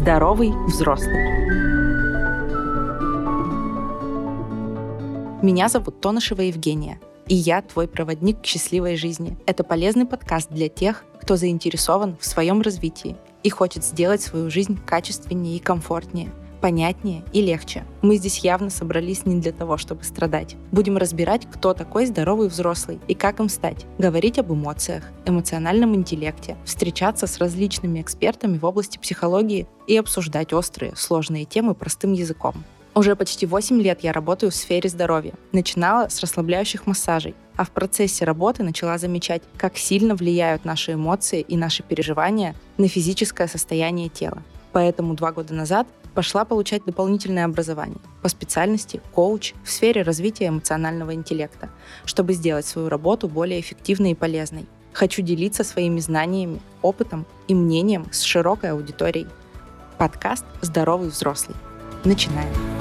Здоровый взрослый. Меня зовут Тонышева Евгения, и я твой проводник к счастливой жизни. Это полезный подкаст для тех, кто заинтересован в своем развитии и хочет сделать свою жизнь качественнее и комфортнее, понятнее и легче. Мы здесь явно собрались не для того, чтобы страдать. Будем разбирать, кто такой здоровый взрослый и как им стать, говорить об эмоциях, эмоциональном интеллекте, встречаться с различными экспертами в области психологии и обсуждать острые, сложные темы простым языком. Уже почти 8 лет я работаю в сфере здоровья. Начинала с расслабляющих массажей, а в процессе работы начала замечать, как сильно влияют наши эмоции и наши переживания на физическое состояние тела. Поэтому 2 года назад пошла получать дополнительное образование по специальности коуч в сфере развития эмоционального интеллекта, чтобы сделать свою работу более эффективной и полезной. Хочу делиться своими знаниями, опытом и мнением с широкой аудиторией. Подкаст «Здоровый взрослый». Начинаем.